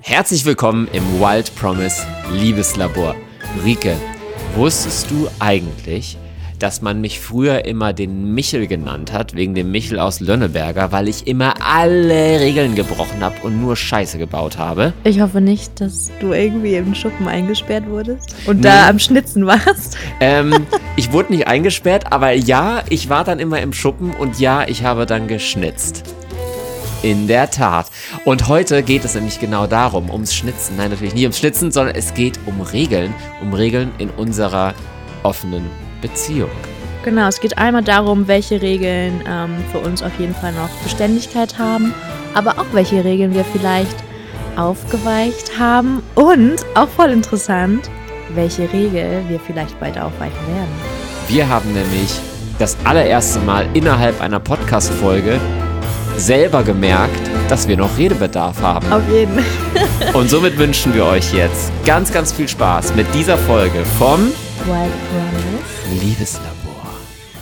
Herzlich willkommen im Wild Promise Liebeslabor. Rike, wusstest du eigentlich, dass man mich früher immer den Michel genannt hat, wegen dem Michel aus Lönneberger, weil ich immer alle Regeln gebrochen habe und nur Scheiße gebaut habe? Ich hoffe nicht, dass du irgendwie im Schuppen eingesperrt wurdest und da am Schnitzen warst. Ich wurde nicht eingesperrt, aber ja, ich war dann immer im Schuppen und ja, ich habe dann geschnitzt. In der Tat. Und heute geht es nämlich genau darum, ums Schnitzen. Nein, natürlich nicht ums Schnitzen, sondern es geht um Regeln in unserer offenen Beziehung. Genau, es geht einmal darum, welche Regeln für uns auf jeden Fall noch Beständigkeit haben, aber auch welche Regeln wir vielleicht aufgeweicht haben und auch voll interessant, welche Regel wir vielleicht bald aufweichen werden. Wir haben nämlich das allererste Mal innerhalb einer Podcast-Folge selber gemerkt, dass wir noch Redebedarf haben. Auf jeden. Und somit wünschen wir euch jetzt ganz, ganz viel Spaß mit dieser Folge vom Wild Promise Liebeslabor.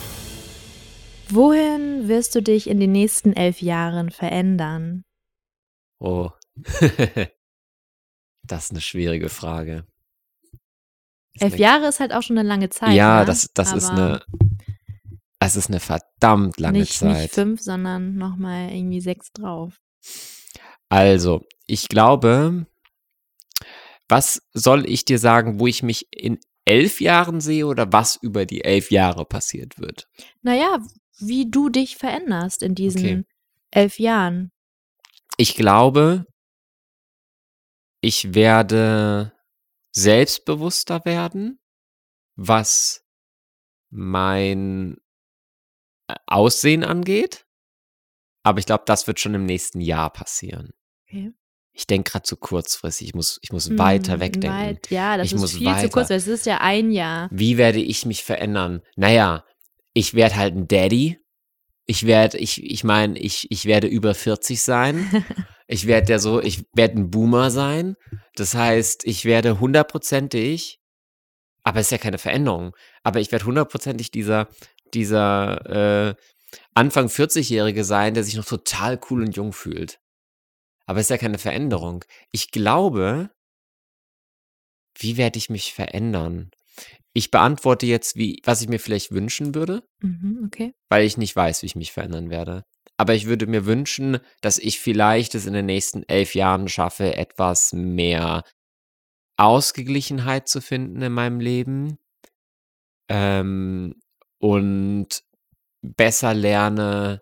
Wohin wirst du dich in den nächsten 11 Jahren verändern? Oh, das ist eine schwierige Frage. 11 Jahre ist halt auch schon eine lange Zeit. Ja, ne? das ist eine verdammt lange Zeit. Nicht 5, sondern nochmal irgendwie 6 drauf. Also, ich glaube, was soll ich dir sagen, wo ich mich in 11 Jahren sehe oder was über die 11 Jahre passiert wird? Naja, wie du dich veränderst in diesen 11 Jahren. Ich glaube, ich werde selbstbewusster werden, was mein Aussehen angeht. Aber ich glaube, das wird schon im nächsten Jahr passieren. Okay. Ich denke gerade zu kurzfristig. Ich muss weiter wegdenken. Das ist viel zu kurz, weil es ist ja ein Jahr. Wie werde ich mich verändern? Naja, ich werde halt ein Daddy. Ich werde über 40 sein. Ich werde ein Boomer sein. Das heißt, ich werde hundertprozentig, aber es ist ja keine Veränderung, aber ich werde hundertprozentig dieser Anfang 40-Jährige sein, der sich noch total cool und jung fühlt. Aber es ist ja keine Veränderung. Ich glaube, wie werde ich mich verändern? Ich beantworte jetzt, was ich mir vielleicht wünschen würde, Okay. weil ich nicht weiß, wie ich mich verändern werde. Aber ich würde mir wünschen, dass ich vielleicht es in den nächsten 11 Jahren schaffe, etwas mehr Ausgeglichenheit zu finden in meinem Leben. Und besser lerne,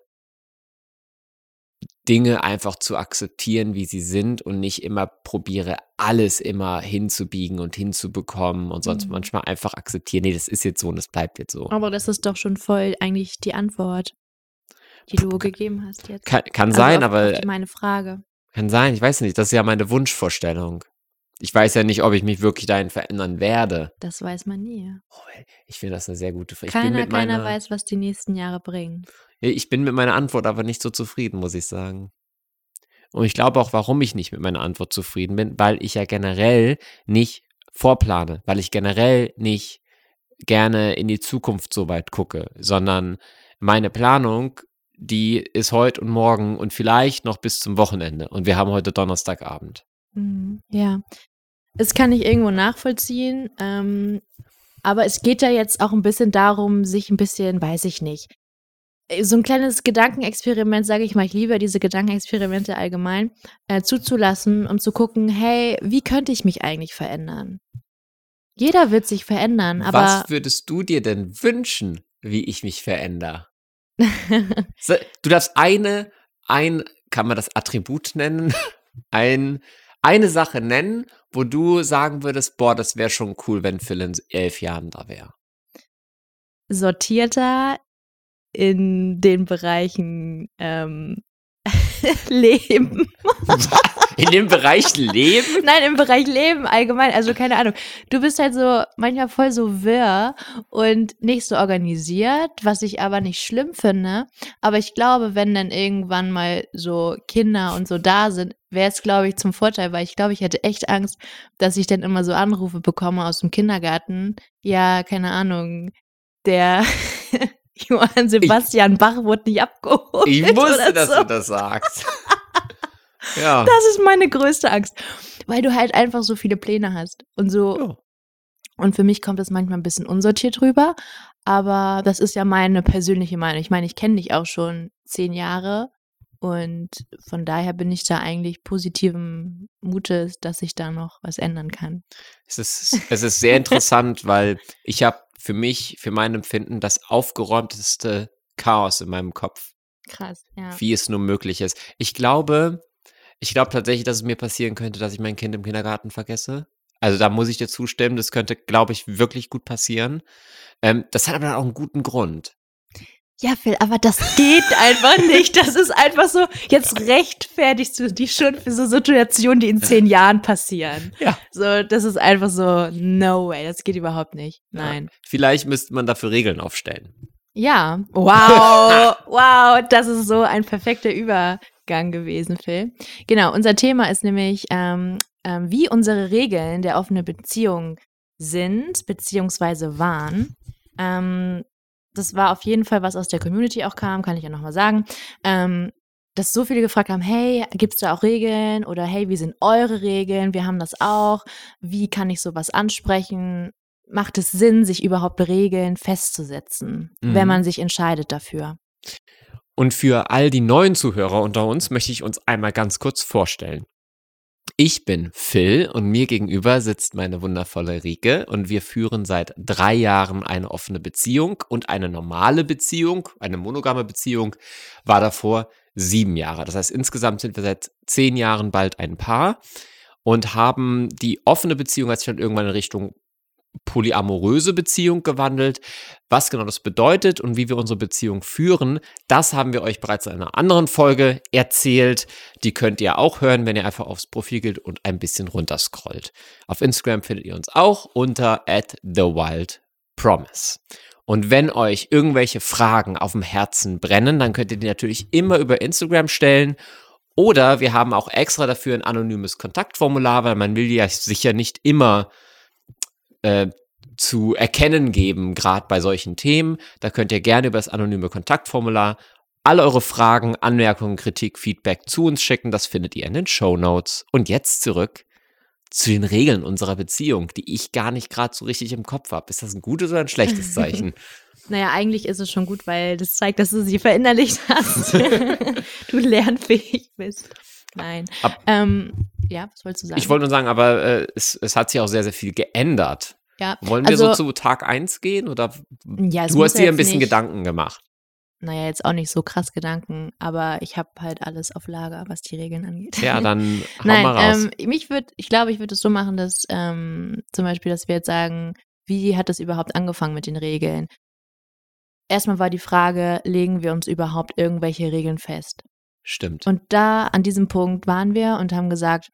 Dinge einfach zu akzeptieren, wie sie sind und nicht immer probiere, alles immer hinzubiegen und hinzubekommen und sonst manchmal einfach akzeptieren, nee, das ist jetzt so und das bleibt jetzt so. Aber das ist doch schon voll eigentlich die Antwort, die du gegeben hast jetzt. Kann sein, aber auf meine Frage. Kann sein, ich weiß nicht, das ist ja meine Wunschvorstellung. Ich weiß ja nicht, ob ich mich wirklich dahin verändern werde. Das weiß man nie. Oh, ich finde das eine sehr gute Frage. Keiner weiß, was die nächsten Jahre bringen. Ich bin mit meiner Antwort aber nicht so zufrieden, muss ich sagen. Und ich glaube auch, warum ich nicht mit meiner Antwort zufrieden bin, weil ich ja generell nicht vorplane, weil ich generell nicht gerne in die Zukunft so weit gucke, sondern meine Planung, die ist heute und morgen und vielleicht noch bis zum Wochenende. Und wir haben heute Donnerstagabend. Ja, das kann ich irgendwo nachvollziehen, aber es geht ja jetzt auch ein bisschen darum, sich ein bisschen, weiß ich nicht, so ein kleines Gedankenexperiment, sage ich mal, ich liebe diese Gedankenexperimente allgemein, zuzulassen, um zu gucken, hey, wie könnte ich mich eigentlich verändern? Jeder wird sich verändern, aber... Was würdest du dir denn wünschen, wie ich mich verändere? Du darfst kann man das Attribut nennen? Eine Sache nennen, wo du sagen würdest, boah, das wäre schon cool, wenn Phil in 11 Jahren da wäre. Sortierter in den Bereichen Leben. In dem Bereich Leben? Nein, im Bereich Leben allgemein, also keine Ahnung. Du bist halt so manchmal voll so wirr und nicht so organisiert, was ich aber nicht schlimm finde. Aber ich glaube, wenn dann irgendwann mal so Kinder und so da sind, wäre es, glaube ich, zum Vorteil, weil ich glaube, ich hätte echt Angst, dass ich dann immer so Anrufe bekomme aus dem Kindergarten. Ja, keine Ahnung, der Johann Sebastian Bach wurde nicht abgeholt. Ich wusste, dass du das sagst. Ja. Das ist meine größte Angst. weil du halt einfach so viele Pläne hast und so. Ja. Und für mich kommt das manchmal ein bisschen unsortiert rüber, aber das ist ja meine persönliche Meinung. Ich meine, ich kenne dich auch schon 10 Jahre und von daher bin ich da eigentlich positiven Mutes, dass ich da noch was ändern kann. Es ist sehr interessant, weil ich habe für mein Empfinden, das aufgeräumteste Chaos in meinem Kopf, Krass, ja. wie es nur möglich ist. Ich glaube tatsächlich, dass es mir passieren könnte, dass ich mein Kind im Kindergarten vergesse. Also da muss ich dir zustimmen, das könnte, glaube ich, wirklich gut passieren. Das hat aber dann auch einen guten Grund. Ja, Phil, aber das geht einfach nicht. Das ist einfach so, jetzt rechtfertigst du dich schon für so Situationen, die in 10 Jahren passieren. Ja. So, das ist einfach so, no way, das geht überhaupt nicht. Nein. Ja. Vielleicht müsste man dafür Regeln aufstellen. Ja, wow, das ist so ein perfekter Übergang gewesen, Phil. Genau, unser Thema ist nämlich, wie unsere Regeln der offenen Beziehung sind, beziehungsweise waren. Das war auf jeden Fall, was aus der Community auch kam, kann ich ja nochmal sagen, dass so viele gefragt haben, hey, gibt's da auch Regeln? Oder hey, wie sind eure Regeln? Wir haben das auch. Wie kann ich sowas ansprechen? Macht es Sinn, sich überhaupt Regeln festzusetzen, wenn man sich entscheidet dafür? Und für all die neuen Zuhörer unter uns möchte ich uns einmal ganz kurz vorstellen. Ich bin Phil und mir gegenüber sitzt meine wundervolle Rike und wir führen seit 3 Jahren eine offene Beziehung und eine normale Beziehung, eine monogame Beziehung, war davor 7 Jahre. Das heißt, insgesamt sind wir seit 10 Jahren bald ein Paar und haben die offene Beziehung als dann irgendwann in Richtung polyamoröse Beziehung gewandelt. Was genau das bedeutet und wie wir unsere Beziehung führen, das haben wir euch bereits in einer anderen Folge erzählt. Die könnt ihr auch hören, wenn ihr einfach aufs Profil geht und ein bisschen runterscrollt. Auf Instagram findet ihr uns auch unter @thewildpromise. Und wenn euch irgendwelche Fragen auf dem Herzen brennen, dann könnt ihr die natürlich immer über Instagram stellen. Oder wir haben auch extra dafür ein anonymes Kontaktformular, weil man will ja sicher nicht immer zu erkennen geben, gerade bei solchen Themen. Da könnt ihr gerne über das anonyme Kontaktformular alle eure Fragen, Anmerkungen, Kritik, Feedback zu uns schicken. Das findet ihr in den Shownotes. Und jetzt zurück zu den Regeln unserer Beziehung, die ich gar nicht gerade so richtig im Kopf habe. Ist das ein gutes oder ein schlechtes Zeichen? Naja, eigentlich ist es schon gut, weil das zeigt, dass du sie verinnerlicht hast. Du lernfähig bist. Nein. Ja, was wolltest du sagen? Ich wollte nur sagen, aber es hat sich auch sehr, sehr viel geändert. Ja, wollen wir so zu Tag 1 gehen? Oder ja, du hast dir ein bisschen Gedanken gemacht? Naja, jetzt auch nicht so krass Gedanken, aber ich habe halt alles auf Lager, was die Regeln angeht. Ja, dann hau mal raus. Ich glaube, ich würde es so machen, dass zum Beispiel, dass wir jetzt sagen, wie hat das überhaupt angefangen mit den Regeln? Erstmal war die Frage, legen wir uns überhaupt irgendwelche Regeln fest? Stimmt. Und da, an diesem Punkt waren wir und haben gesagt,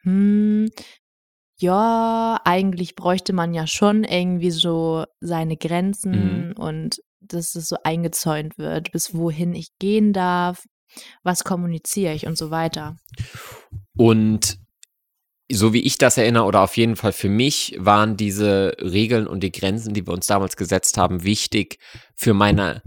ja, eigentlich bräuchte man ja schon irgendwie so seine Grenzen und dass es so eingezäunt wird, bis wohin ich gehen darf, was kommuniziere ich und so weiter. Und so wie ich das erinnere, oder auf jeden Fall für mich, waren diese Regeln und die Grenzen, die wir uns damals gesetzt haben, wichtig für meine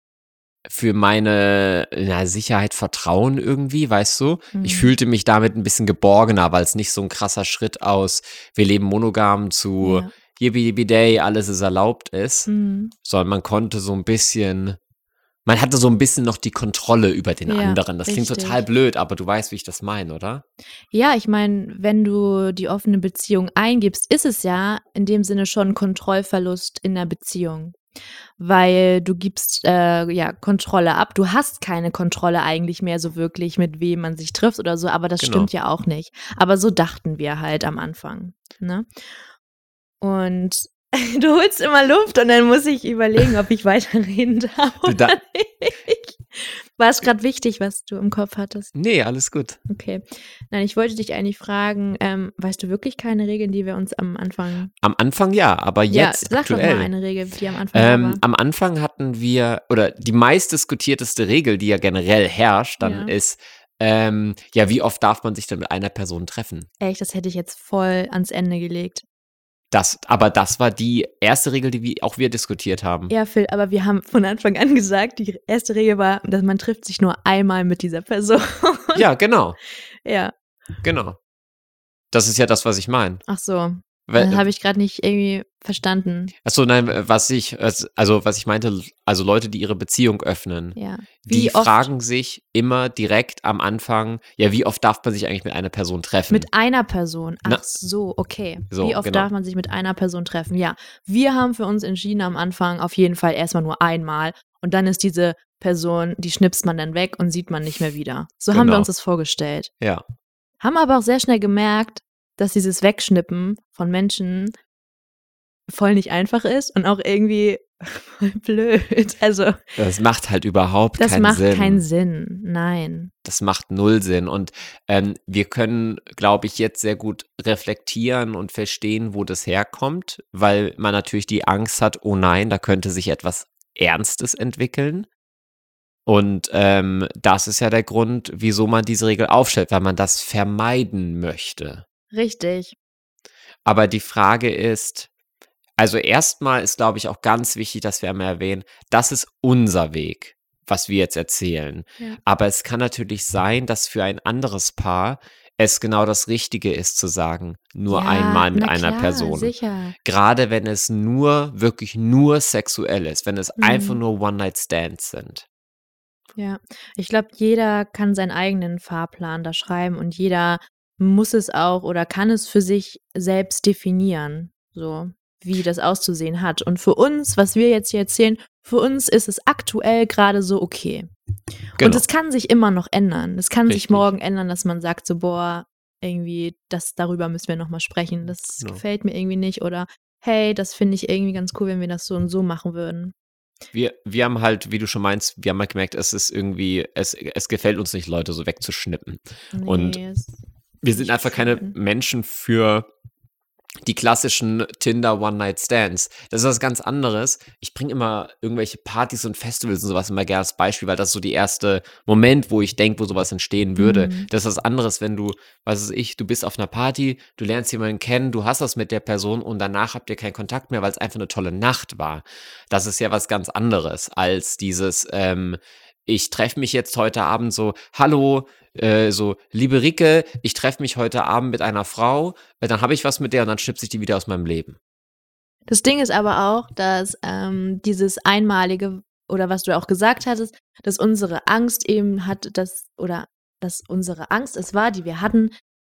Sicherheit, Vertrauen irgendwie, weißt du? Ich fühlte mich damit ein bisschen geborgener, weil es nicht so ein krasser Schritt aus, wir leben monogam zu Yippie-Yippie-Day, alles ist erlaubt ist, sondern man hatte so ein bisschen noch die Kontrolle über den anderen. Das klingt total blöd, aber du weißt, wie ich das meine, oder? Ja, ich meine, wenn du die offene Beziehung eingibst, ist es ja in dem Sinne schon ein Kontrollverlust in der Beziehung. Weil du gibst Kontrolle ab. Du hast keine Kontrolle eigentlich mehr so wirklich, mit wem man sich trifft oder so, aber das stimmt ja auch nicht. Aber so dachten wir halt am Anfang. Ne? Und du holst immer Luft und dann muss ich überlegen, ob ich weiterreden darf oder nicht. War es gerade wichtig, was du im Kopf hattest? Nee, alles gut. Okay. Nein, ich wollte dich eigentlich fragen, weißt du wirklich keine Regeln, die wir uns am Anfang... Am Anfang ja, aber jetzt sag aktuell. Doch mal eine Regel, die am Anfang war. Am Anfang hatten wir, oder die meistdiskutierteste Regel, die ja generell herrscht, dann ist, wie oft darf man sich denn mit einer Person treffen? Echt, das hätte ich jetzt voll ans Ende gelegt. Aber das war die erste Regel, die wir diskutiert haben. Ja, Phil, aber wir haben von Anfang an gesagt, die erste Regel war, dass man trifft sich nur einmal mit dieser Person. Ja, genau. Ja. Genau. Das ist ja das, was ich meine. Ach so, das habe ich gerade nicht irgendwie verstanden. Achso, nein, was ich meinte, also Leute, die ihre Beziehung öffnen, Ja. die Wie oft fragen sich immer direkt am Anfang, ja, wie oft darf man sich eigentlich mit einer Person treffen? mit einer Person? Na- Ach so, okay. So, Wie oft genau. darf man sich mit einer Person treffen? Ja, wir haben für uns entschieden am Anfang auf jeden Fall erstmal nur einmal und dann ist diese Person, die schnipst man dann weg und sieht man nicht mehr wieder. So haben wir Genau. uns das vorgestellt. Ja, Haben aber auch sehr schnell gemerkt, dass dieses Wegschnippen von Menschen voll nicht einfach ist und auch irgendwie voll blöd. Also, das macht halt überhaupt das keinen macht Sinn. keinen Sinn. Nein. Das macht null Sinn. Und wir können, glaube ich, jetzt sehr gut reflektieren und verstehen, wo das herkommt, weil man natürlich die Angst hat, oh nein, da könnte sich etwas Ernstes entwickeln. Und das ist ja der Grund, wieso man diese Regel aufstellt, weil man das vermeiden möchte. Richtig. Aber die Frage ist, also erstmal ist, glaube ich, auch ganz wichtig, dass wir einmal erwähnen, das ist unser Weg, was wir jetzt erzählen. Ja. Aber es kann natürlich sein, dass für ein anderes Paar es genau das Richtige ist zu sagen, nur Ja, einmal mit na einer klar, Person. sicher. Gerade wenn es wirklich nur sexuell ist, wenn es einfach Mhm. nur One-Night-Stands sind. Ja. Ich glaube, jeder kann seinen eigenen Fahrplan da schreiben und jeder muss es auch oder kann es für sich selbst definieren, so wie das auszusehen hat. Und für uns, was wir jetzt hier erzählen, für uns ist es aktuell gerade so okay. Und Genau. es kann sich immer noch ändern. Es kann sich Richtig. morgen ändern, dass man sagt so, boah, irgendwie, darüber müssen wir nochmal sprechen. Das Genau. gefällt mir irgendwie nicht. Oder hey, das finde ich irgendwie ganz cool, wenn wir das so und so machen würden. Wir haben halt, wie du schon meinst, wir haben halt gemerkt, es ist irgendwie, es gefällt uns nicht, Leute so wegzuschnippen. Und Nee, ist wir sind nicht einfach keine schön. Menschen für die klassischen Tinder One-Night-Stands. Das ist was ganz anderes. Ich bringe immer irgendwelche Partys und Festivals und sowas immer gerne als Beispiel, weil das ist so die erste Moment, wo ich denke, wo sowas entstehen würde. Mhm. Das ist was anderes, wenn du, was weiß ich, du bist auf einer Party, du lernst jemanden kennen, du hast das mit der Person und danach habt ihr keinen Kontakt mehr, weil es einfach eine tolle Nacht war. Das ist ja was ganz anderes als dieses, ich treffe mich jetzt heute Abend so, hallo, so, liebe Ricke, ich treffe mich heute Abend mit einer Frau, dann habe ich was mit der und dann schnipse ich die wieder aus meinem Leben. Das Ding ist aber auch, dass dieses Einmalige oder was du auch gesagt hattest, dass unsere Angst eben hat, dass unsere Angst es war, die wir hatten,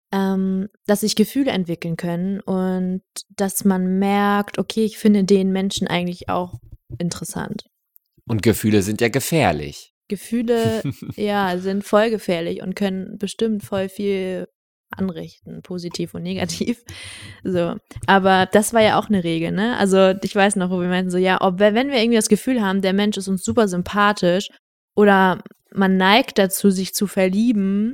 dass sich Gefühle entwickeln können und dass man merkt, okay, ich finde den Menschen eigentlich auch interessant. Und Gefühle sind ja gefährlich. Gefühle, ja, sind voll gefährlich und können bestimmt voll viel anrichten, positiv und negativ. So, aber das war ja auch eine Regel, ne? Also ich weiß noch, wo wir meinten so, ja, wenn wir irgendwie das Gefühl haben, der Mensch ist uns super sympathisch oder man neigt dazu, sich zu verlieben,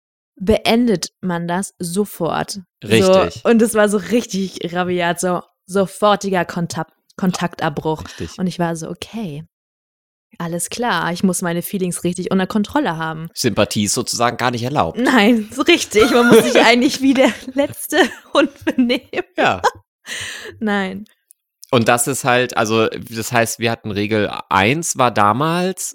beendet man das sofort. Richtig. So, und es war so richtig rabiat, so sofortiger Kontaktabbruch. Richtig. Und ich war so, okay, alles klar, ich muss meine Feelings richtig unter Kontrolle haben. Sympathie ist sozusagen gar nicht erlaubt. Nein, so richtig. Man muss sich eigentlich wie der letzte Hund benehmen. Ja. Nein. Und das ist halt, also das heißt, wir hatten Regel 1 war damals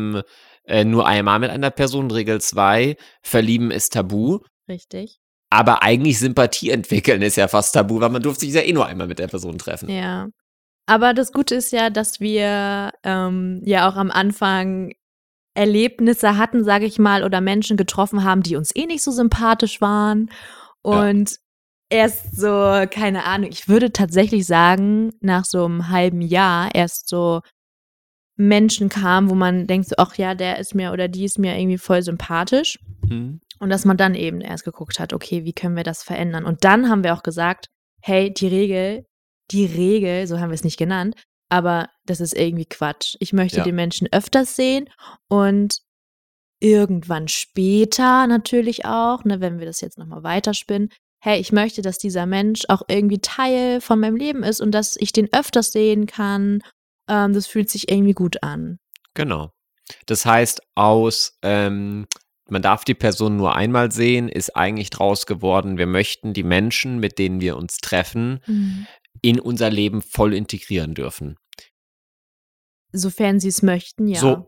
nur einmal mit einer Person, Regel 2, verlieben ist tabu. Richtig. Aber eigentlich Sympathie entwickeln ist ja fast tabu, weil man durfte sich ja eh nur einmal mit der Person treffen. Ja. Aber das Gute ist ja, dass wir ja auch am Anfang Erlebnisse hatten, sage ich mal, oder Menschen getroffen haben, die uns eh nicht so sympathisch waren. Und erst so, keine Ahnung, ich würde tatsächlich sagen, nach so einem halben Jahr erst so Menschen kamen, wo man denkt so, ach ja, der ist mir oder die ist mir irgendwie voll sympathisch. Mhm. Und dass man dann eben erst geguckt hat, okay, wie können wir das verändern? Und dann haben wir auch gesagt, hey, die Regel, so haben wir es nicht genannt, aber das ist irgendwie Quatsch. Ich möchte Ja. den Menschen öfters sehen und irgendwann später natürlich auch, ne, wenn wir das jetzt nochmal weiterspinnen, hey, ich möchte, dass dieser Mensch auch irgendwie Teil von meinem Leben ist und dass ich den öfters sehen kann. Das fühlt sich irgendwie gut an. Genau. Das heißt, man darf die Person nur einmal sehen, ist eigentlich draus geworden, wir möchten die Menschen, mit denen wir uns treffen, in unser Leben voll integrieren dürfen. Sofern sie es möchten, ja.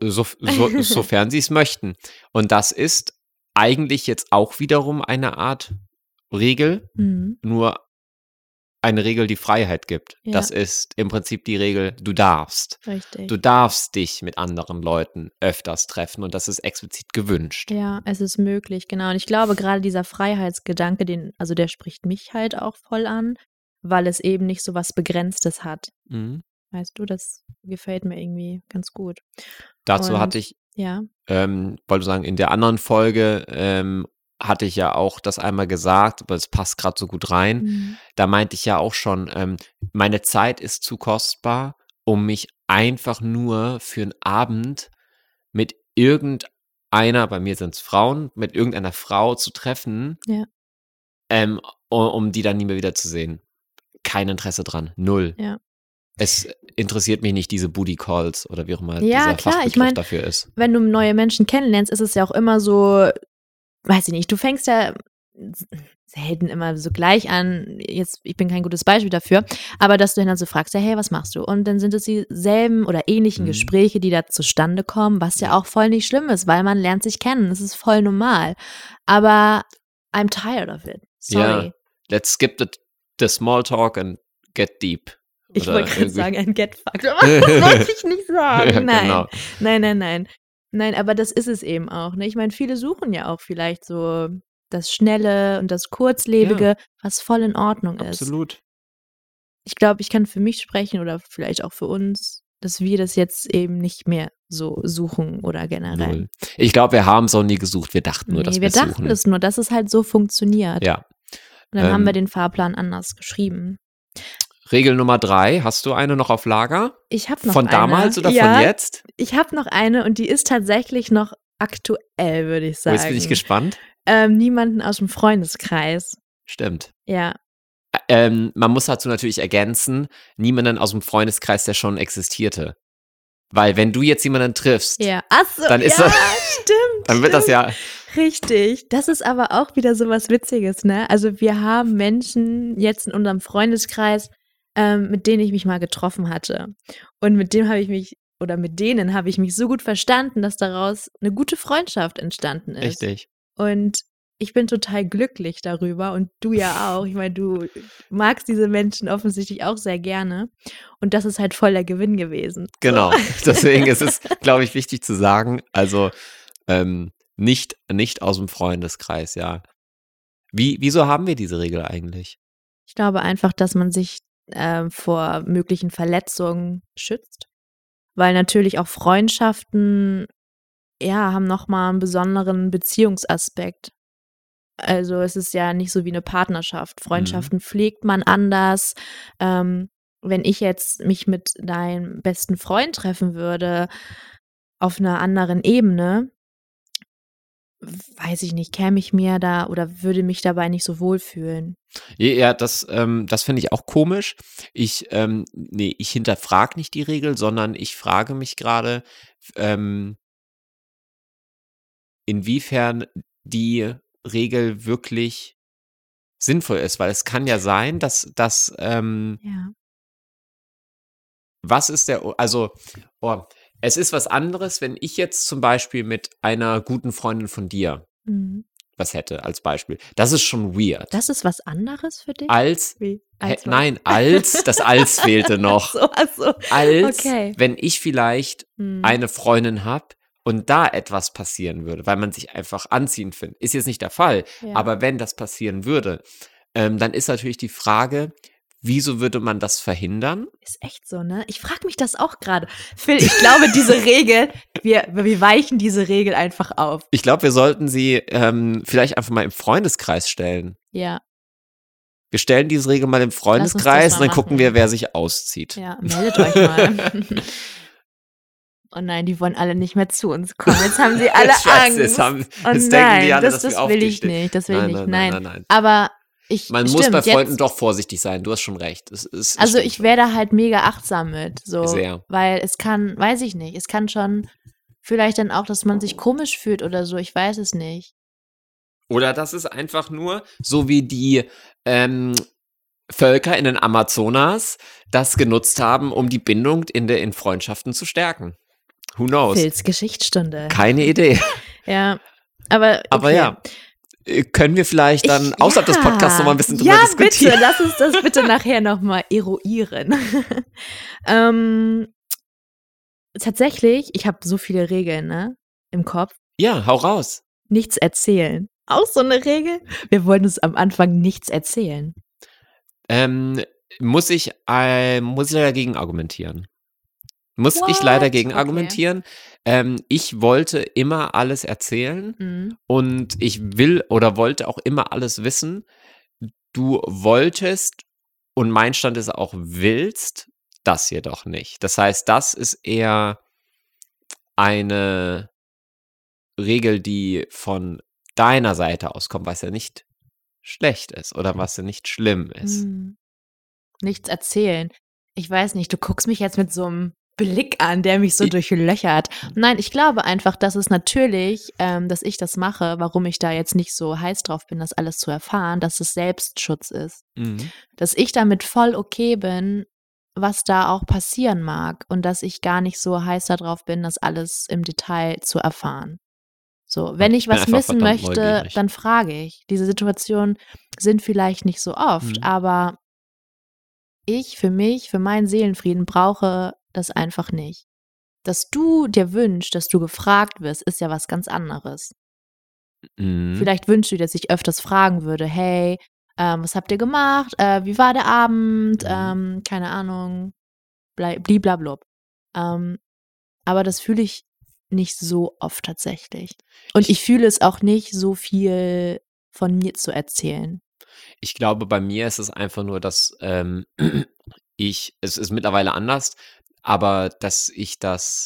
Sofern sie es möchten. Und das ist eigentlich jetzt auch wiederum eine Art Regel, Mhm. nur eine Regel, die Freiheit gibt. Ja. Das ist im Prinzip die Regel, du darfst. Richtig. Du darfst dich mit anderen Leuten öfters treffen und das ist explizit gewünscht. Ja, es ist möglich, genau. Und ich glaube, gerade dieser Freiheitsgedanke, der spricht mich halt auch voll an, weil es eben nicht so was Begrenztes hat. Mhm. Weißt du, das gefällt mir irgendwie ganz gut. Dazu Und hatte ich, ja, wollte sagen, in der anderen Folge hatte ich ja auch das einmal gesagt, aber es passt gerade so gut rein. mhm. Da meinte ich ja auch schon, meine Zeit ist zu kostbar, um mich einfach nur für einen Abend mit irgendeiner, bei mir sind es Frauen, mit irgendeiner Frau zu treffen, Ja. um die dann nie mehr wiederzusehen. Kein Interesse dran, null. Ja. Es interessiert mich nicht, diese Booty Calls oder wie auch immer Ja, dieser klar, ich Fachbegriff mein, dafür ist. wenn du neue Menschen kennenlernst, ist es ja auch immer so, weiß ich nicht, du fängst ja selten immer so gleich an, jetzt, ich bin kein gutes Beispiel dafür, aber dass du dann so fragst, ja, hey, was machst du? Und dann sind es dieselben oder ähnlichen Mhm. Gespräche, die da zustande kommen, was ja auch voll nicht schlimm ist, weil man lernt sich kennen, das ist voll normal. Aber I'm tired of it, sorry. Ja, let's skip the small talk and get deep. Ich Oder wollte gerade irgendwie- sagen, ein Get-Fucked, aber das wollte ich nicht sagen. Ja, Nein. genau. Nein. Nein, aber das ist es eben auch. Ne? Ich meine, viele suchen ja auch vielleicht so das Schnelle und das Kurzlebige, was voll in Ordnung ist. Absolut. Ich glaube, ich kann für mich sprechen oder vielleicht auch für uns, dass wir das jetzt eben nicht mehr so suchen oder generell. Null. Ich glaube, wir haben es auch nie gesucht. Wir dachten nur, dass Nee, wir wir dachten suchen. es nur, dass es halt so funktioniert. Ja. Und dann haben wir Ähm, den Fahrplan anders geschrieben. Regel Nummer 3. Hast du eine noch auf Lager? Ich habe noch Von eine. damals oder Ja, von jetzt? Ich habe noch eine und die ist tatsächlich noch aktuell, würde ich Oh, sagen. jetzt bin ich gespannt. Niemanden aus dem Freundeskreis. Stimmt. Ja. Man muss dazu natürlich ergänzen, niemanden aus dem Freundeskreis, der schon existierte. Weil wenn du jetzt jemanden triffst, Ja. Achso, Dann ist ja, das- stimmt. dann wird das ja, Richtig. Das ist aber auch wieder so was Witziges, ne? Also wir haben Menschen jetzt in unserem Freundeskreis, mit denen ich mich mal getroffen hatte. Und mit denen habe ich mich so gut verstanden, dass daraus eine gute Freundschaft entstanden ist. richtig. Und ich bin total glücklich darüber und du ja auch. Ich meine, du magst diese Menschen offensichtlich auch sehr gerne. Und das ist halt voll der Gewinn gewesen. Genau. Deswegen ist es, glaube ich, wichtig zu sagen, also nicht aus dem Freundeskreis, ja. Wieso haben wir diese Regel eigentlich? Ich glaube einfach, dass man sich vor möglichen Verletzungen schützt. Weil natürlich auch Freundschaften, ja, haben nochmal einen besonderen Beziehungsaspekt. Also es ist ja nicht so wie eine Partnerschaft. Freundschaften pflegt man anders. Wenn ich jetzt mich mit deinem besten Freund treffen würde, auf einer anderen Ebene, weiß ich nicht, käme ich mir da oder würde mich dabei nicht so wohlfühlen. Ja, das finde ich auch komisch. Ich hinterfrage nicht die Regel, sondern ich frage mich gerade, inwiefern die Regel wirklich sinnvoll ist, weil es kann ja sein, dass Ja. was ist es ist was anderes, wenn ich jetzt zum Beispiel mit einer guten Freundin von dir Mhm. was hätte, als Beispiel. Das ist schon weird. Das ist was anderes für dich? Als, Wie? das was? Als fehlte noch. Ach so. Als, Okay. wenn ich vielleicht Mhm. eine Freundin habe und da etwas passieren würde, weil man sich einfach anziehend findet. Ist jetzt nicht der Fall, Ja. aber wenn das passieren würde, dann ist natürlich die Frage, wieso würde man das verhindern? Ist echt so, ne? Ich frage mich das auch gerade. Phil, ich glaube, diese Regel, wir weichen diese Regel einfach auf. Ich glaube, wir sollten sie vielleicht einfach mal im Freundeskreis stellen. Ja, Wir stellen diese Regel mal im das Freundeskreis mal und dann gucken machen. wir, wer sich auszieht. ja, meldet euch mal. Oh nein, die wollen alle nicht mehr zu uns kommen. Jetzt haben sie alle Scheiße, Angst. jetzt Oh denken nein, die alle, das dass wir will ich aufgestehen. nicht. Das will ich nicht. Nein. Aber Man muss stimmt, bei Freunden jetzt, doch vorsichtig sein. Du hast schon recht. Es also stimmt ich schon. wäre da halt mega achtsam mit. So, Sehr. weil es kann, weiß ich nicht, es kann schon vielleicht dann auch, dass man sich komisch fühlt oder so. Ich weiß es nicht. Oder das ist einfach nur so wie die Völker in den Amazonas das genutzt haben, um die Bindung in Freundschaften zu stärken. Who knows? Phils Geschichtsstunde. Keine Idee. Ja, aber okay. Aber ja, können wir vielleicht dann außerhalb des Podcasts noch mal ein bisschen drüber diskutieren? Ja, bitte, lass uns das bitte nachher noch mal eruieren. Tatsächlich, ich habe so viele Regeln, ne, im Kopf. Ja, hau raus. Nichts erzählen. Auch so eine Regel? Wir wollen uns am Anfang nichts erzählen. Muss ich dagegen argumentieren? Muss ich What? leider gegen Okay. argumentieren. Ich wollte immer alles erzählen Mhm. und ich will oder wollte auch immer alles wissen. Du wolltest und mein Stand ist auch willst, das jedoch nicht. Das heißt, das ist eher eine Regel, die von deiner Seite auskommt, was ja nicht schlecht ist oder was ja nicht schlimm ist. Mhm. Nichts erzählen. Ich weiß nicht, du guckst mich jetzt mit so einem Blick an, der mich so Ich- durchlöchert. Nein, ich glaube einfach, dass es natürlich, dass ich das mache, warum ich da jetzt nicht so heiß drauf bin, das alles zu erfahren, dass es Selbstschutz ist. Mhm. Dass ich damit voll okay bin, was da auch passieren mag und dass ich gar nicht so heiß darauf bin, das alles im Detail zu erfahren. So, wenn ich bin was einfach wissen verdammt möchte, neugierig. dann frage ich. Diese Situationen sind vielleicht nicht so oft, Mhm. aber ich für mich, für meinen Seelenfrieden brauche das einfach nicht. Dass du dir wünschst, dass du gefragt wirst, ist ja was ganz anderes. Mhm. Vielleicht wünschst du dir, dass ich öfters fragen würde, hey, was habt ihr gemacht? Wie war der Abend? Mhm. Keine Ahnung, bliblablub. Aber das fühle ich nicht so oft tatsächlich. Und ich fühle es auch nicht, so viel von mir zu erzählen. Ich glaube, bei mir ist es einfach nur, dass es ist mittlerweile anders, aber dass ich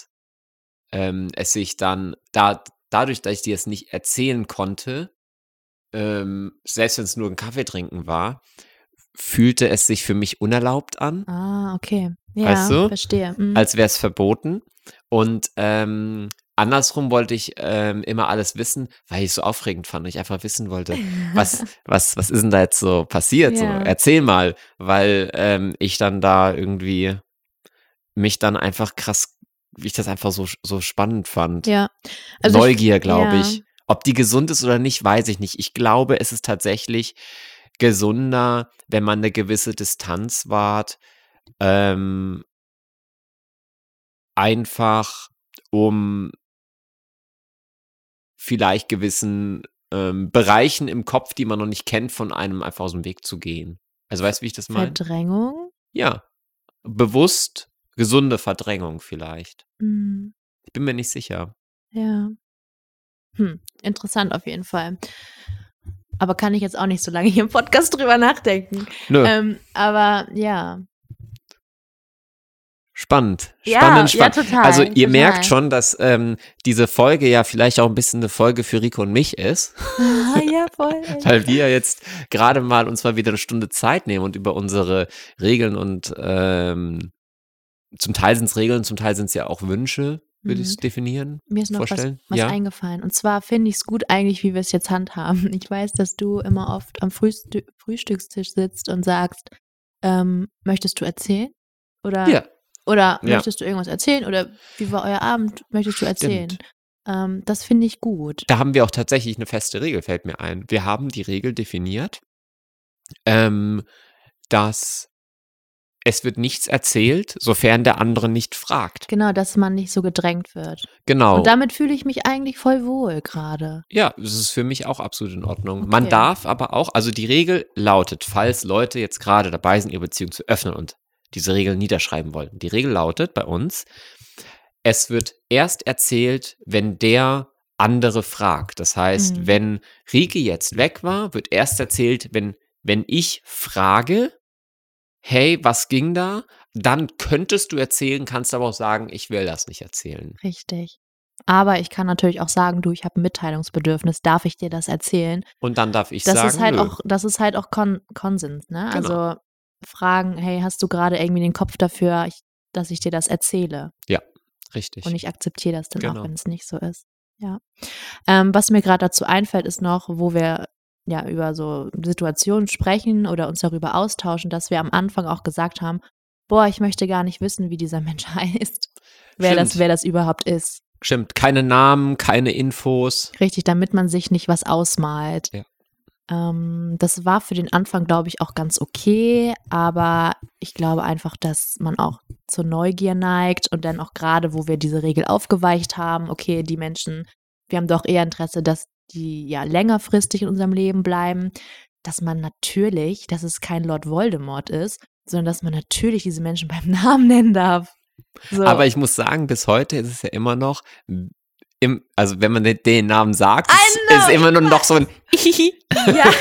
es sich dann dadurch, dass ich dir es nicht erzählen konnte, selbst wenn es nur ein Kaffee trinken war, fühlte es sich für mich unerlaubt an, Ah, okay. weißt Ja, du? verstehe. Mhm. Als wäre es verboten. Und andersrum wollte ich immer alles wissen, weil ich es so aufregend fand und ich einfach wissen wollte, was ist denn da jetzt so passiert? So, Ja. erzähl mal, weil ich dann da irgendwie mich dann einfach krass, wie ich das einfach so spannend fand. Ja. Also Neugier, glaube ja. ich. Ob die gesund ist oder nicht, weiß ich nicht. Ich glaube, es ist tatsächlich gesunder, wenn man eine gewisse Distanz wahrt, einfach um vielleicht gewissen Bereichen im Kopf, die man noch nicht kennt, von einem einfach aus dem Weg zu gehen. Also weißt du, wie ich das meine? Verdrängung? Ja, bewusst gesunde Verdrängung vielleicht. Mhm. Ich bin mir nicht sicher. Ja. Interessant auf jeden Fall. Aber kann ich jetzt auch nicht so lange hier im Podcast drüber nachdenken. Nö, Aber ja. spannend. Ja, Spannend, ja, spannend. total. Also ihr total. merkt schon, dass diese Folge ja vielleicht auch ein bisschen eine Folge für Rico und mich ist. Ja, voll. Weil wir jetzt gerade mal uns mal wieder eine Stunde Zeit nehmen und über unsere Regeln und zum Teil sind es Regeln, zum Teil sind es ja auch Wünsche, würde ich es definieren, Mir ist noch vorstellen. was Ja, eingefallen. Und zwar finde ich es gut eigentlich, wie wir es jetzt handhaben. Ich weiß, dass du immer oft am Frühstückstisch sitzt und sagst, möchtest du erzählen? Oder ja, Oder ja, möchtest du irgendwas erzählen? Oder wie war euer Abend? Möchtest du erzählen? stimmt. Das finde ich gut. Da haben wir auch tatsächlich eine feste Regel, fällt mir ein. Wir haben die Regel definiert, dass es wird nichts erzählt, sofern der andere nicht fragt. Genau, dass man nicht so gedrängt wird. Genau. Und damit fühle ich mich eigentlich voll wohl gerade. Ja, das ist für mich auch absolut in Ordnung. Man Okay. darf aber auch, also die Regel lautet, falls Leute jetzt gerade dabei sind, ihre Beziehung zu öffnen und diese Regel niederschreiben wollen. Die Regel lautet bei uns, es wird erst erzählt, wenn der andere fragt. Das heißt, wenn Rike jetzt weg war, wird erst erzählt, wenn ich frage, hey, was ging da? Dann könntest du erzählen, kannst aber auch sagen, ich will das nicht erzählen. Richtig. Aber ich kann natürlich auch sagen, du, ich habe ein Mitteilungsbedürfnis, darf ich dir das erzählen? Und dann darf ich Das sagen, ist halt nö. auch, das ist halt auch Konsens, ne? Genau. Also fragen, hey, hast du gerade irgendwie den Kopf dafür, dass ich dir das erzähle? Ja, richtig. Und ich akzeptiere das dann Genau. auch, wenn es nicht so ist. Ja. Was mir gerade dazu einfällt, ist noch, wo wir ja über so Situationen sprechen oder uns darüber austauschen, dass wir am Anfang auch gesagt haben, boah, ich möchte gar nicht wissen, wie dieser Mensch heißt. Wer Stimmt. das überhaupt ist. Stimmt, keine Namen, keine Infos. Richtig, damit man sich nicht was ausmalt. Ja. Das war für den Anfang, glaube ich, auch ganz okay, aber ich glaube einfach, dass man auch zur Neugier neigt und dann auch gerade, wo wir diese Regel aufgeweicht haben, okay, die Menschen, wir haben doch eher Interesse, dass die ja längerfristig in unserem Leben bleiben, dass man natürlich, dass es kein Lord Voldemort ist, sondern dass man natürlich diese Menschen beim Namen nennen darf. So. Aber ich muss sagen, bis heute ist es ja immer noch, also wenn man den Namen sagt, ist immer nur noch so ein ja.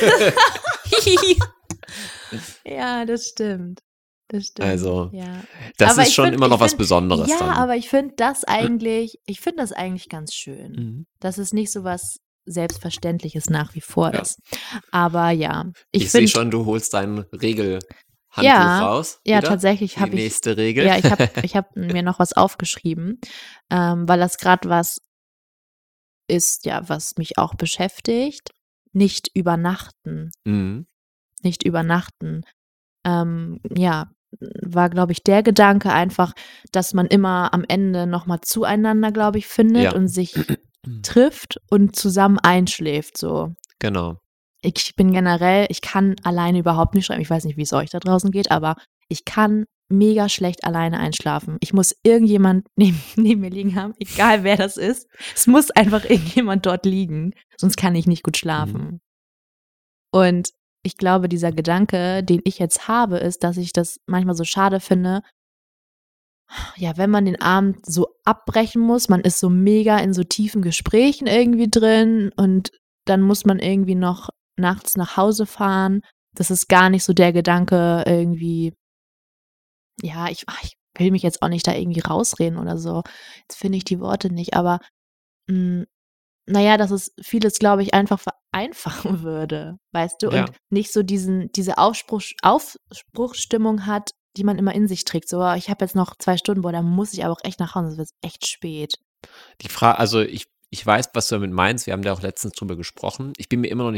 Ja, das stimmt. Das stimmt. Also, ja. das Aber ist ich schon find- immer ich noch was find- Besonderes Ja, dann. aber ich finde das eigentlich ganz schön. Mhm. Dass es nicht so was Selbstverständliches nach wie vor Ja. ist. Aber ja, Ich sehe finde, schon, du holst dein Regelhandbuch Ja, raus. ja, wieder. tatsächlich Die habe ich, nächste Regel. ja, ich hab mir noch was aufgeschrieben, weil das gerade was ist, ja, was mich auch beschäftigt. Nicht übernachten. Mhm. Nicht übernachten. Ja, war, glaube ich, der Gedanke einfach, dass man immer am Ende nochmal zueinander, glaube ich, findet Ja. und sich trifft und zusammen einschläft. So. Genau. Ich bin generell, ich kann alleine überhaupt nicht schreiben. Ich weiß nicht, wie es euch da draußen geht, aber ich kann mega schlecht alleine einschlafen. Ich muss irgendjemand neben mir liegen haben, egal wer das ist. Es muss einfach irgendjemand dort liegen, sonst kann ich nicht gut schlafen. Und ich glaube, dieser Gedanke, den ich jetzt habe, ist, dass ich das manchmal so schade finde, ja, wenn man den Abend so abbrechen muss, man ist so mega in so tiefen Gesprächen irgendwie drin und dann muss man irgendwie noch nachts nach Hause fahren. Das ist gar nicht so der Gedanke irgendwie, ja, ich will mich jetzt auch nicht da irgendwie rausreden oder so. Jetzt finde ich die Worte nicht, aber naja, dass es vieles, glaube ich, einfach vereinfachen würde, weißt du? Ja. Und nicht so diese Aufbruchsstimmung hat, die man immer in sich trägt. So, ich habe jetzt noch 2 Stunden, boah, da muss ich aber auch echt nach Hause, es wird echt spät. Die Frage, also ich weiß, was du damit meinst. Wir haben da auch letztens drüber gesprochen. Ich bin mir immer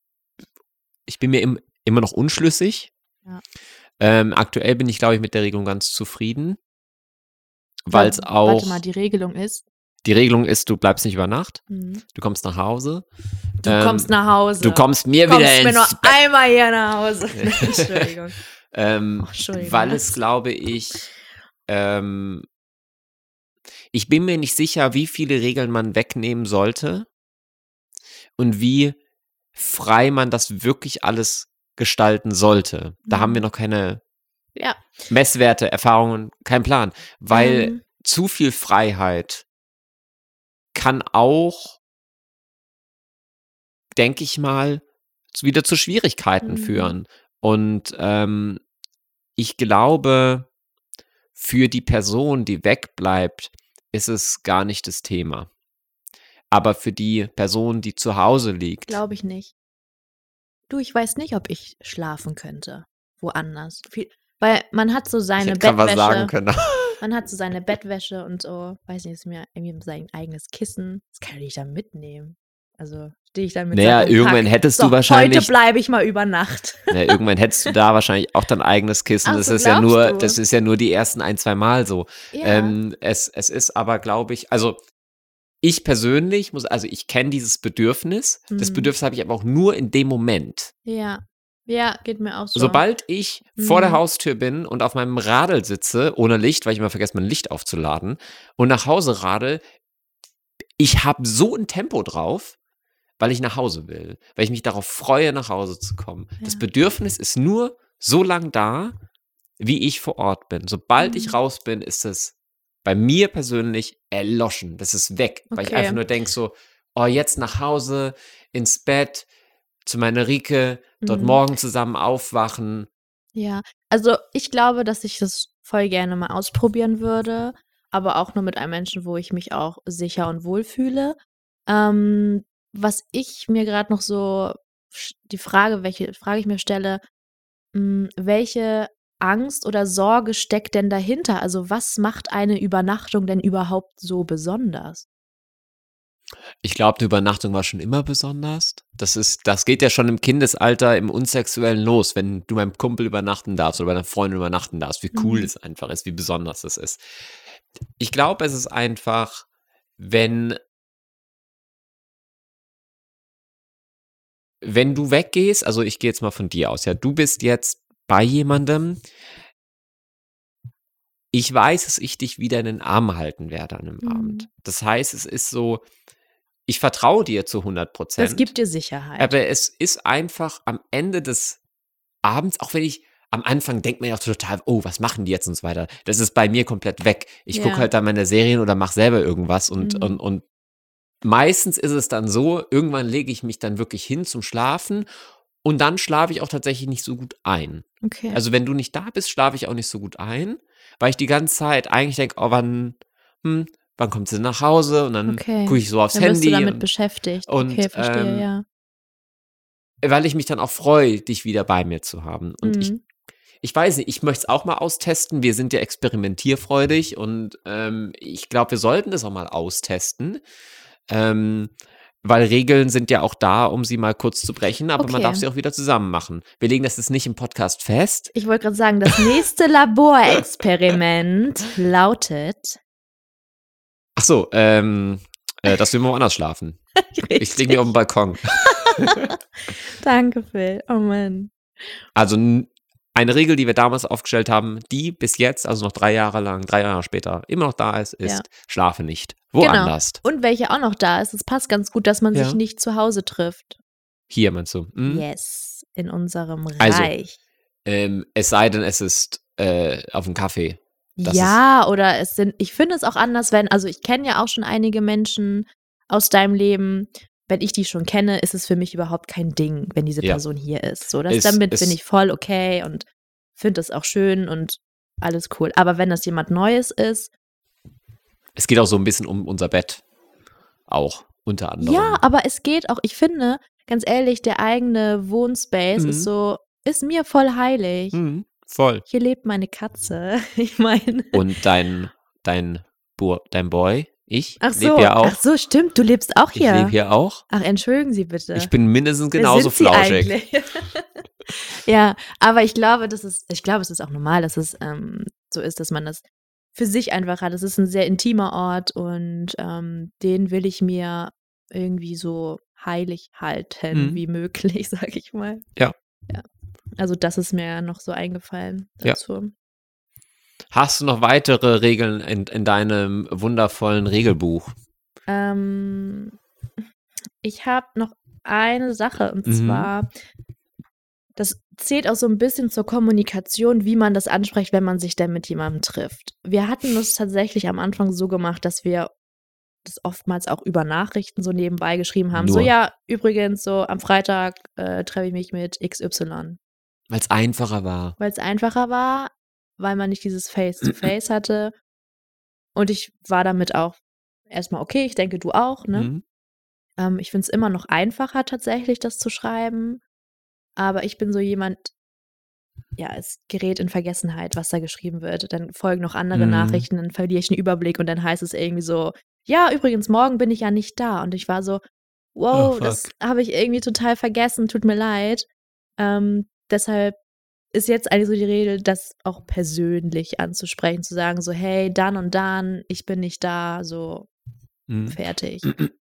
noch unschlüssig. Ja. Aktuell bin ich, glaube ich, mit der Regelung ganz zufrieden. Weil es auch. Warte mal, die Regelung ist? Die Regelung ist, du bleibst nicht über Nacht. Mhm. Du kommst nach Hause. Du kommst nach Hause. Du kommst mir kommst wieder mir ins nur Bett. einmal hier nach Hause. Entschuldigung. Entschuldigung, Weil was? es, glaube ich, ich bin mir nicht sicher, wie viele Regeln man wegnehmen sollte und wie frei man das wirklich alles gestalten sollte. Da haben wir noch keine Ja. Messwerte, Erfahrungen, keinen Plan. Weil zu viel Freiheit kann auch, denke ich mal, wieder zu Schwierigkeiten führen. Und ich glaube, für die Person, die wegbleibt, ist es gar nicht das Thema. Aber für die Person, die zu Hause liegt. Glaube ich nicht. Du, ich weiß nicht, ob ich schlafen könnte. Woanders. Weil man hat so seine Ich hätte was sagen Bettwäsche. können. Man hat so seine Bettwäsche und so. Weiß nicht, ist mir irgendwie sein eigenes Kissen. Das kann ich da mitnehmen. Also stehe ich dann mit Naja, Sack und irgendwann Pack. hättest So, du wahrscheinlich. heute bleibe ich mal über Nacht. Ja, irgendwann hättest du da wahrscheinlich auch dein eigenes Kissen. Ach Das so, ist ja glaubst nur, du? das ist ja nur die ersten 1-2 Mal so. Ja. Es ist aber, glaube ich, also ich persönlich ich kenne dieses Bedürfnis. Das Bedürfnis habe ich aber auch nur in dem Moment. Ja. Ja, geht mir auch so. Sobald ich vor der Haustür bin und auf meinem Radl sitze, ohne Licht, weil ich immer vergesse, mein Licht aufzuladen, und nach Hause radel, ich habe so ein Tempo drauf, weil ich nach Hause will, weil ich mich darauf freue, nach Hause zu kommen. Ja. Das Bedürfnis ist nur so lang da, wie ich vor Ort bin. Sobald ich raus bin, ist es bei mir persönlich erloschen. Das ist weg, weil ich Okay. einfach nur denke so, oh, jetzt nach Hause, ins Bett, zu meiner Rike, dort morgen zusammen aufwachen. Ja, also ich glaube, dass ich das voll gerne mal ausprobieren würde, aber auch nur mit einem Menschen, wo ich mich auch sicher und wohl fühle. Was ich mir gerade noch so, welche Frage ich mir stelle, welche Angst oder Sorge steckt denn dahinter? Also was macht eine Übernachtung denn überhaupt so besonders? Ich glaube, die Übernachtung war schon immer besonders. Das geht ja schon im Kindesalter, im Unsexuellen los, wenn du beim Kumpel übernachten darfst oder bei einer Freundin übernachten darfst, wie cool es einfach ist, wie besonders es ist. Ich glaube, es ist einfach wenn du weggehst, also ich gehe jetzt mal von dir aus, ja, du bist jetzt bei jemandem, ich weiß, dass ich dich wieder in den Arm halten werde an einem Abend. Das heißt, es ist so, ich vertraue dir zu 100%. Das gibt dir Sicherheit. Aber es ist einfach am Ende des Abends, auch wenn ich am Anfang denkt man ja auch total, oh, was machen die jetzt und so weiter. Das ist bei mir komplett weg. Ich gucke halt dann meine Serien oder mache selber irgendwas und meistens ist es dann so, irgendwann lege ich mich dann wirklich hin zum Schlafen und dann schlafe ich auch tatsächlich nicht so gut ein. Okay. Also wenn du nicht da bist, schlafe ich auch nicht so gut ein, weil ich die ganze Zeit eigentlich denke, oh, wann kommt sie nach Hause? Und dann gucke ich so aufs dann Handy. Bist du damit beschäftigt. Und, okay, verstehe, ja. Weil ich mich dann auch freue, dich wieder bei mir zu haben. Und ich weiß nicht, ich möchte es auch mal austesten. Wir sind ja experimentierfreudig und ich glaube, wir sollten das auch mal austesten. Weil Regeln sind ja auch da, um sie mal kurz zu brechen, aber man darf sie auch wieder zusammen machen. Wir legen das jetzt nicht im Podcast fest. Ich wollte gerade sagen, das nächste Laborexperiment lautet. Ach so, dass wir mal woanders schlafen. Ich liege hier auf dem Balkon. Danke, Phil. Oh Mann. Also eine Regel, die wir damals aufgestellt haben, die bis jetzt, also noch 3 Jahre später, immer noch da ist, schlafe nicht. Woanders. Genau. Und welche auch noch da ist, es passt ganz gut, dass man sich nicht zu Hause trifft. Hier meinst du? Yes, in unserem Reich. Es sei denn, es ist auf dem Kaffee. Oder ich finde es auch anders, also ich kenne ja auch schon einige Menschen aus deinem Leben. Wenn ich die schon kenne, ist es für mich überhaupt kein Ding, wenn diese Person hier ist. So, damit bin ich voll okay und finde es auch schön und alles cool. Aber wenn das jemand Neues ist. Es geht auch so ein bisschen um unser Bett. Auch, unter anderem. Ja, aber es geht auch, ich finde, ganz ehrlich, der eigene Wohnspace ist mir voll heilig. Voll. Hier lebt meine Katze. Ich meine. Und dein Boy? Ich lebe hier auch. Ach so, stimmt, du lebst auch hier. Ich lebe hier auch. Ach, entschuldigen Sie bitte. Ich bin mindestens genauso flauschig. Ja, aber ich glaube, es ist auch normal, dass es so ist, dass man das für sich einfach hat. Es ist ein sehr intimer Ort und den will ich mir irgendwie so heilig halten wie möglich, sage ich mal. Ja. Also das ist mir noch so eingefallen dazu. Ja. Hast du noch weitere Regeln in deinem wundervollen Regelbuch? Ich habe noch eine Sache und zwar, das zählt auch so ein bisschen zur Kommunikation, wie man das anspricht, wenn man sich dann mit jemandem trifft. Wir hatten das tatsächlich am Anfang so gemacht, dass wir das oftmals auch über Nachrichten so nebenbei geschrieben haben. So, ja, übrigens, so am Freitag treffe ich mich mit XY. Weil es einfacher war. Weil man nicht dieses Face-to-Face hatte. Und ich war damit auch erstmal okay. Ich denke, du auch, ne? Ich finde es immer noch einfacher, tatsächlich das zu schreiben. Aber ich bin so jemand, es gerät in Vergessenheit, was da geschrieben wird. Dann folgen noch andere Nachrichten, dann verliere ich den Überblick und dann heißt es irgendwie so, ja, übrigens, morgen bin ich ja nicht da. Und ich war so, wow, das habe ich irgendwie total vergessen, tut mir leid. Deshalb ist jetzt eigentlich so die Regel, das auch persönlich anzusprechen, zu sagen so, hey, dann und dann, ich bin nicht da, so fertig.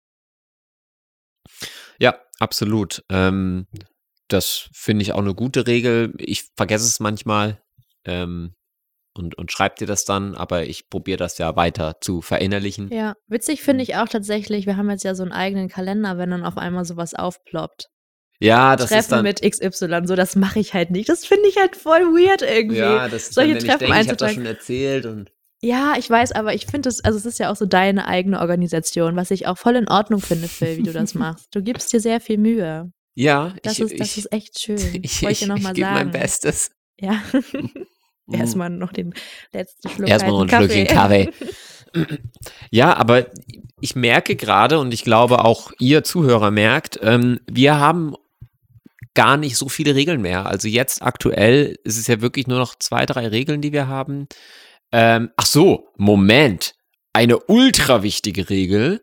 Ja, absolut. Das finde ich auch eine gute Regel. Ich vergesse es manchmal und schreibe dir das dann, aber ich probiere das ja weiter zu verinnerlichen. Ja, witzig finde ich auch tatsächlich, wir haben jetzt ja so einen eigenen Kalender, wenn dann auf einmal sowas aufploppt. Ja, das Treffen ist dann mit XY, so, das mache ich halt nicht. Das finde ich halt voll weird irgendwie. Ja, das ist solche dann, wenn Treffen ich denke, ich habe das schon erzählt und ja, ich weiß, aber ich finde es, also es ist ja auch so deine eigene Organisation, was ich auch voll in Ordnung finde, Phil, wie du das machst. Du gibst dir sehr viel Mühe. Ja, das ist echt schön. Wollte ich dir nochmal sagen. Ich gebe mein Bestes. Ja. Erstmal noch den letzten Schluck Erstmal noch ein Schlückchen Kaffee. Ja, aber ich merke gerade und ich glaube auch ihr Zuhörer merkt, wir haben gar nicht so viele Regeln mehr. Also jetzt aktuell ist es ja wirklich nur noch 2, 3 Regeln, die wir haben. Ach so, Moment. Eine ultra wichtige Regel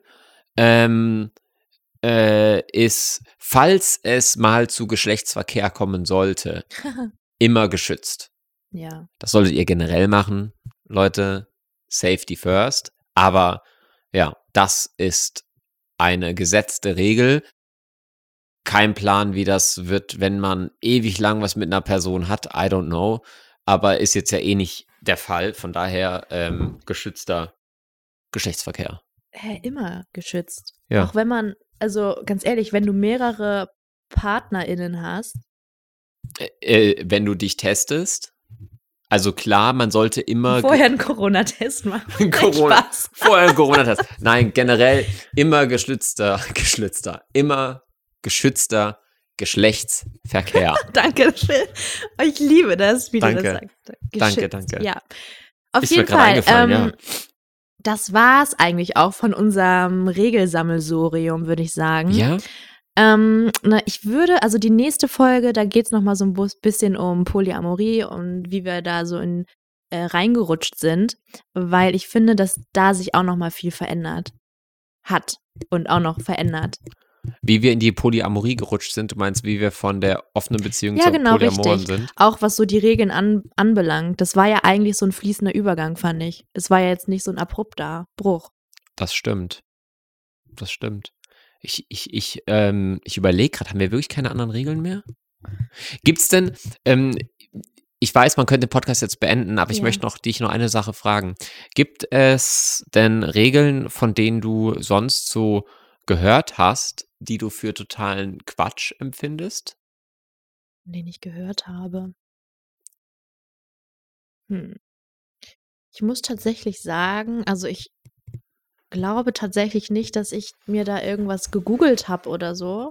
ist, falls es mal zu Geschlechtsverkehr kommen sollte, immer geschützt. Ja. Das solltet ihr generell machen, Leute. Safety first. Aber Ja, das ist eine gesetzte Regel. Kein Plan, wie das wird, wenn man ewig lang was mit einer Person hat. I don't know. Aber ist jetzt ja eh nicht der Fall. Von daher geschützter Geschlechtsverkehr. Immer geschützt. Ja. Auch wenn man, also ganz ehrlich, wenn du mehrere PartnerInnen hast. Wenn du dich testest. Also klar, man sollte immer Vorher einen Corona-Test machen. Spaß. Vorher einen Corona-Test. Nein, generell immer geschützter Geschlechtsverkehr. Danke, Phil. Ich liebe das, wie du das sagst. Danke. Ja. Auf Ist jeden mir gerade Fall. eingefallen, Das war's eigentlich auch von unserem Regelsammelsurium, würde ich sagen. Ja? Ich würde, also die nächste Folge, da geht's nochmal so ein bisschen um Polyamorie und wie wir da so reingerutscht sind, weil ich finde, dass da sich auch nochmal viel verändert hat und auch noch verändert. Wie wir in die Polyamorie gerutscht sind, du meinst, wie wir von der offenen Beziehung zur Polyamoren richtig. sind? Auch was so die Regeln anbelangt. Das war ja eigentlich so ein fließender Übergang, fand ich. Es war ja jetzt nicht so ein abrupter Bruch. Das stimmt. Ich überlege gerade, haben wir wirklich keine anderen Regeln mehr? Gibt's denn, ich weiß, man könnte den Podcast jetzt beenden, aber ich möchte dich noch eine Sache fragen. Gibt es denn Regeln, von denen du sonst so gehört hast, die du für totalen Quatsch empfindest? Den ich gehört habe. Ich muss tatsächlich sagen, also ich glaube tatsächlich nicht, dass ich mir da irgendwas gegoogelt habe oder so.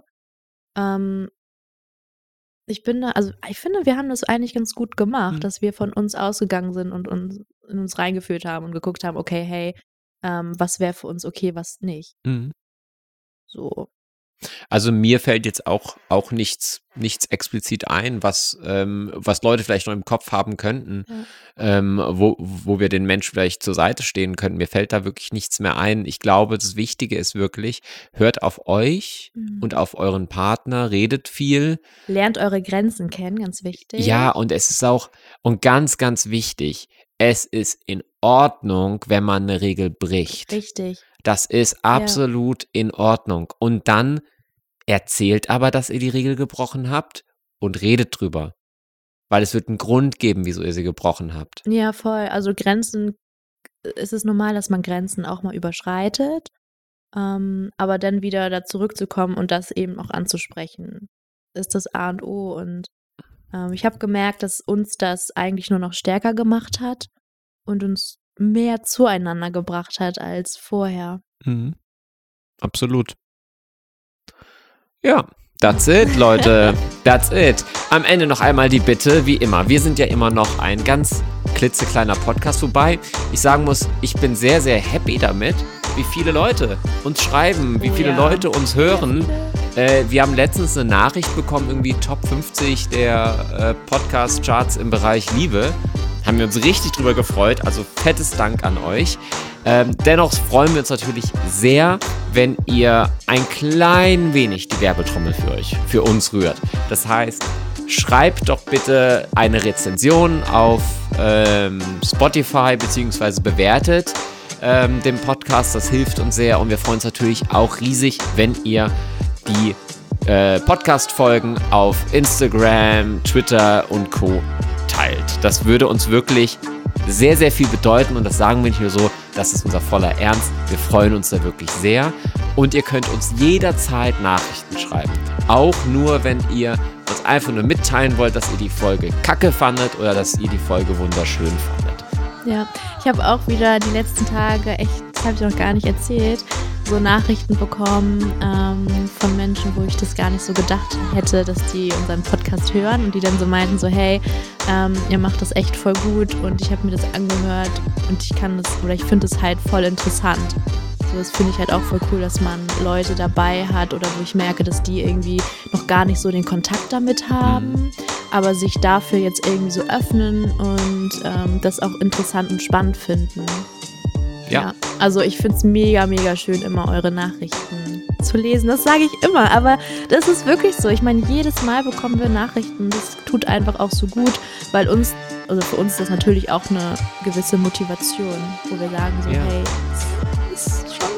Ich finde, wir haben das eigentlich ganz gut gemacht, dass wir von uns ausgegangen sind und uns in uns reingefühlt haben und geguckt haben, okay, hey, was wäre für uns okay, was nicht. So. Also mir fällt jetzt auch nichts explizit ein, was Leute vielleicht noch im Kopf haben könnten, wo wir den Menschen vielleicht zur Seite stehen könnten. Mir fällt da wirklich nichts mehr ein. Ich glaube, das Wichtige ist wirklich, hört auf euch und auf euren Partner, redet viel. Lernt eure Grenzen kennen, ganz wichtig. Ja, und es ist auch, und ganz, ganz wichtig, es ist in Ordnung, wenn man eine Regel bricht. Richtig. Das ist absolut in Ordnung. Und dann erzählt aber, dass ihr die Regel gebrochen habt und redet drüber. Weil es wird einen Grund geben, wieso ihr sie gebrochen habt. Ja, voll. Also Grenzen, es ist normal, dass man Grenzen auch mal überschreitet. Aber dann wieder da zurückzukommen und das eben auch anzusprechen, ist das A und O. Und ich habe gemerkt, dass uns das eigentlich nur noch stärker gemacht hat und uns mehr zueinander gebracht hat als vorher. Absolut. Ja, that's it, Leute. That's it. Am Ende noch einmal die Bitte, wie immer. Wir sind ja immer noch ein ganz klitzekleiner Podcast, wobei ich sagen muss, ich bin sehr, sehr happy damit, wie viele Leute uns schreiben, wie viele Leute uns hören. Wir haben letztens eine Nachricht bekommen, irgendwie Top 50 der Podcast-Charts im Bereich Liebe. Haben wir uns richtig drüber gefreut, also fettes Dank an euch. Dennoch freuen wir uns natürlich sehr, wenn ihr ein klein wenig die Werbetrommel für uns rührt. Das heißt, schreibt doch bitte eine Rezension auf Spotify bzw. bewertet den Podcast, das hilft uns sehr und wir freuen uns natürlich auch riesig, wenn ihr die Podcast-Folgen auf Instagram, Twitter und Co. teilt. Das würde uns wirklich sehr, sehr viel bedeuten und das sagen wir nicht nur so, das ist unser voller Ernst. Wir freuen uns da wirklich sehr und ihr könnt uns jederzeit Nachrichten schreiben. Auch nur, wenn ihr uns einfach nur mitteilen wollt, dass ihr die Folge kacke fandet oder dass ihr die Folge wunderschön fandet. Ja, ich habe auch wieder die letzten Tage echt, das habe ich noch gar nicht erzählt, so Nachrichten bekommen von Menschen, wo ich das gar nicht so gedacht hätte, dass die unseren Podcast hören und die dann so meinten so, hey, ihr macht das echt voll gut und ich habe mir das angehört und ich finde es halt voll interessant. So, das finde ich halt auch voll cool, dass man Leute dabei hat oder wo ich merke, dass die irgendwie noch gar nicht so den Kontakt damit haben, aber sich dafür jetzt irgendwie so öffnen und das auch interessant und spannend finden. Ja, also ich finde es mega, mega schön, immer eure Nachrichten zu lesen. Das sage ich immer, aber das ist wirklich so. Ich meine, jedes Mal bekommen wir Nachrichten. Das tut einfach auch so gut, weil für uns ist das natürlich auch eine gewisse Motivation, wo wir sagen so, hey, das ist schon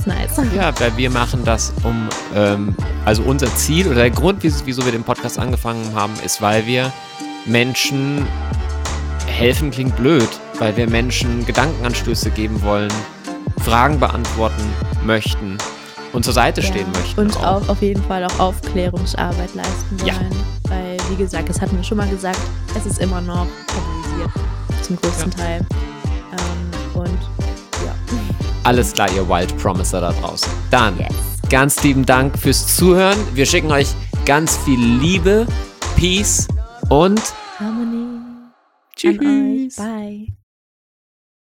ganz nice. Ja, weil wir machen das also unser Ziel oder der Grund, wieso wir den Podcast angefangen haben, ist, weil wir Menschen helfen, klingt blöd, weil wir Menschen Gedankenanstöße geben wollen, Fragen beantworten möchten und zur Seite stehen möchten. Und auch auf jeden Fall auch Aufklärungsarbeit leisten wollen. Ja. Weil, wie gesagt, das hatten wir schon mal gesagt, es ist immer noch tabuisiert, zum größten Teil. Und ja. Alles klar, ihr Wild Promiser da draußen. Dann ganz lieben Dank fürs Zuhören. Wir schicken euch ganz viel Liebe, Peace und Harmonie. Tschüss. Bye.